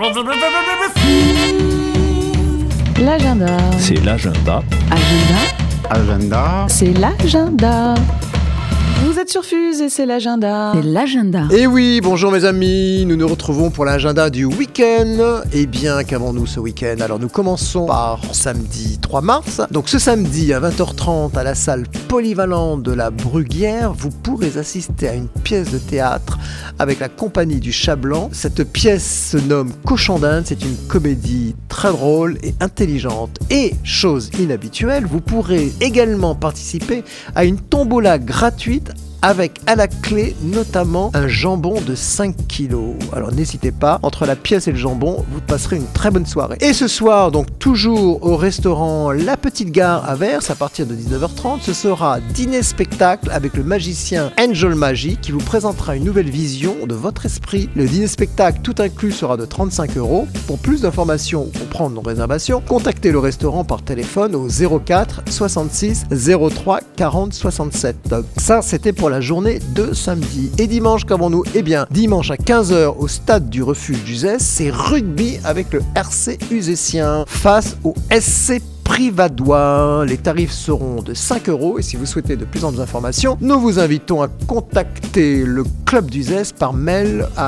L'agenda. C'est l'agenda. Agenda. C'est l'agenda. Vous êtes sur Fuse et c'est l'agenda. C'est l'agenda. Et oui, bonjour mes amis, nous nous retrouvons pour l'agenda du week-end. Et bien qu'avons-nous ce week-end? Alors nous commençons par samedi 3 mars. Donc ce samedi à 20h30 à la salle polyvalente de la Bruguière, vous pourrez assister à une pièce de théâtre avec la compagnie du Chat Blanc. Cette pièce se nomme Cochon d'Inde, c'est une comédie très drôle et intelligente. Et chose inhabituelle, vous pourrez également participer à une tombola gratuite avec à la clé notamment un jambon de 5 kilos. Alors n'hésitez pas, entre la pièce et le jambon, vous passerez une très bonne soirée. Et ce soir, donc toujours au restaurant La Petite Gare à Vers, à partir de 19h30, ce sera dîner-spectacle avec le magicien Angel Magie qui vous présentera une nouvelle vision de votre esprit. Le dîner-spectacle tout inclus sera de 35 €. Pour plus d'informations ou pour prendre nos réservations, contactez le restaurant par téléphone au 04 66 03 40 67. Donc ça, c'était pour la journée de samedi. Et dimanche, qu'avons-nous? Eh bien, dimanche à 15h au stade du refuge d'Uzès, c'est rugby avec le RC Uzésien face au SC Privadois. Les tarifs seront de 5 € et si vous souhaitez de plus amples informations, nous vous invitons à contacter le club d'Uzès par mail à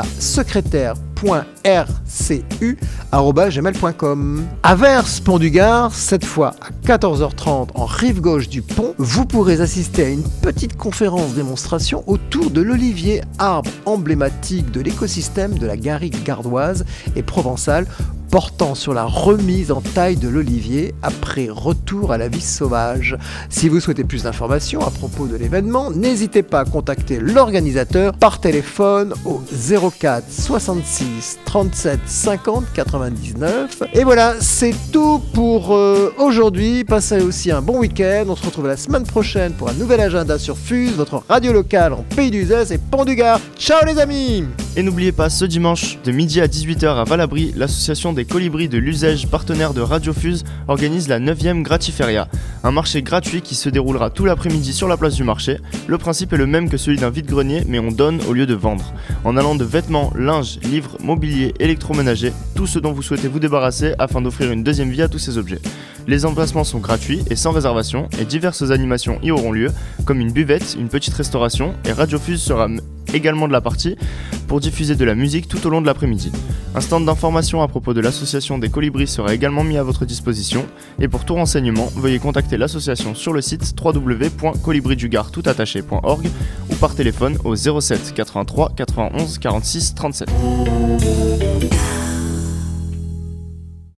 secrétaire.rcu@gmail.com. À Vers, Pont du Gard, cette fois à 14h30 en rive gauche du pont, vous pourrez assister à une petite conférence démonstration autour de l'olivier, arbre emblématique de l'écosystème de la garrigue gardoise et provençale, portant sur la remise en taille de l'olivier après retour à la vie sauvage. Si vous souhaitez plus d'informations à propos de l'événement, n'hésitez pas à contacter l'organisateur par téléphone au 04 66 37 50 99. Et voilà, c'est tout pour aujourd'hui. Passez aussi un bon week-end. On se retrouve la semaine prochaine pour un nouvel agenda sur Fuse, votre radio locale en Pays d'Uzès et Pont du Gard. Ciao les amis! Et n'oubliez pas, ce dimanche, de midi à 18h à Valabry, l'association des Colibris de l'Uzège, partenaire de Radio Fuse, organise la 9e Gratiferia, un marché gratuit qui se déroulera tout l'après-midi sur la place du marché. Le principe est le même que celui d'un vide-grenier, mais on donne au lieu de vendre. En allant de vêtements, linge, livres, mobilier, électroménager, tout ce dont vous souhaitez vous débarrasser afin d'offrir une deuxième vie à tous ces objets. Les emplacements sont gratuits et sans réservation, et diverses animations y auront lieu, comme une buvette, une petite restauration, et Radio Fuse sera également de la partie pour diffuser de la musique tout au long de l'après-midi. Un stand d'information à propos de l'association des Colibris sera également mis à votre disposition, et pour tout renseignement, veuillez contacter l'association sur le site www.colibridugardtoutattaché.org ou par téléphone au 07 83 91 46 37.